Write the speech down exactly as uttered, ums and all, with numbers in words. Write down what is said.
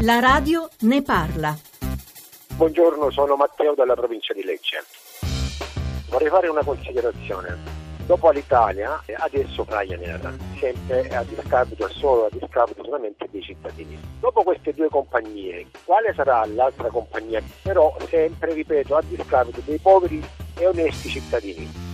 La radio ne parla. Buongiorno, sono Matteo dalla provincia di Lecce. Vorrei fare una considerazione. Dopo l'Italia, adesso Ryanair, sempre a discapito, solo a discapito solamente dei cittadini. Dopo queste due compagnie, quale sarà l'altra compagnia? Però sempre, ripeto, a discapito dei poveri e onesti cittadini.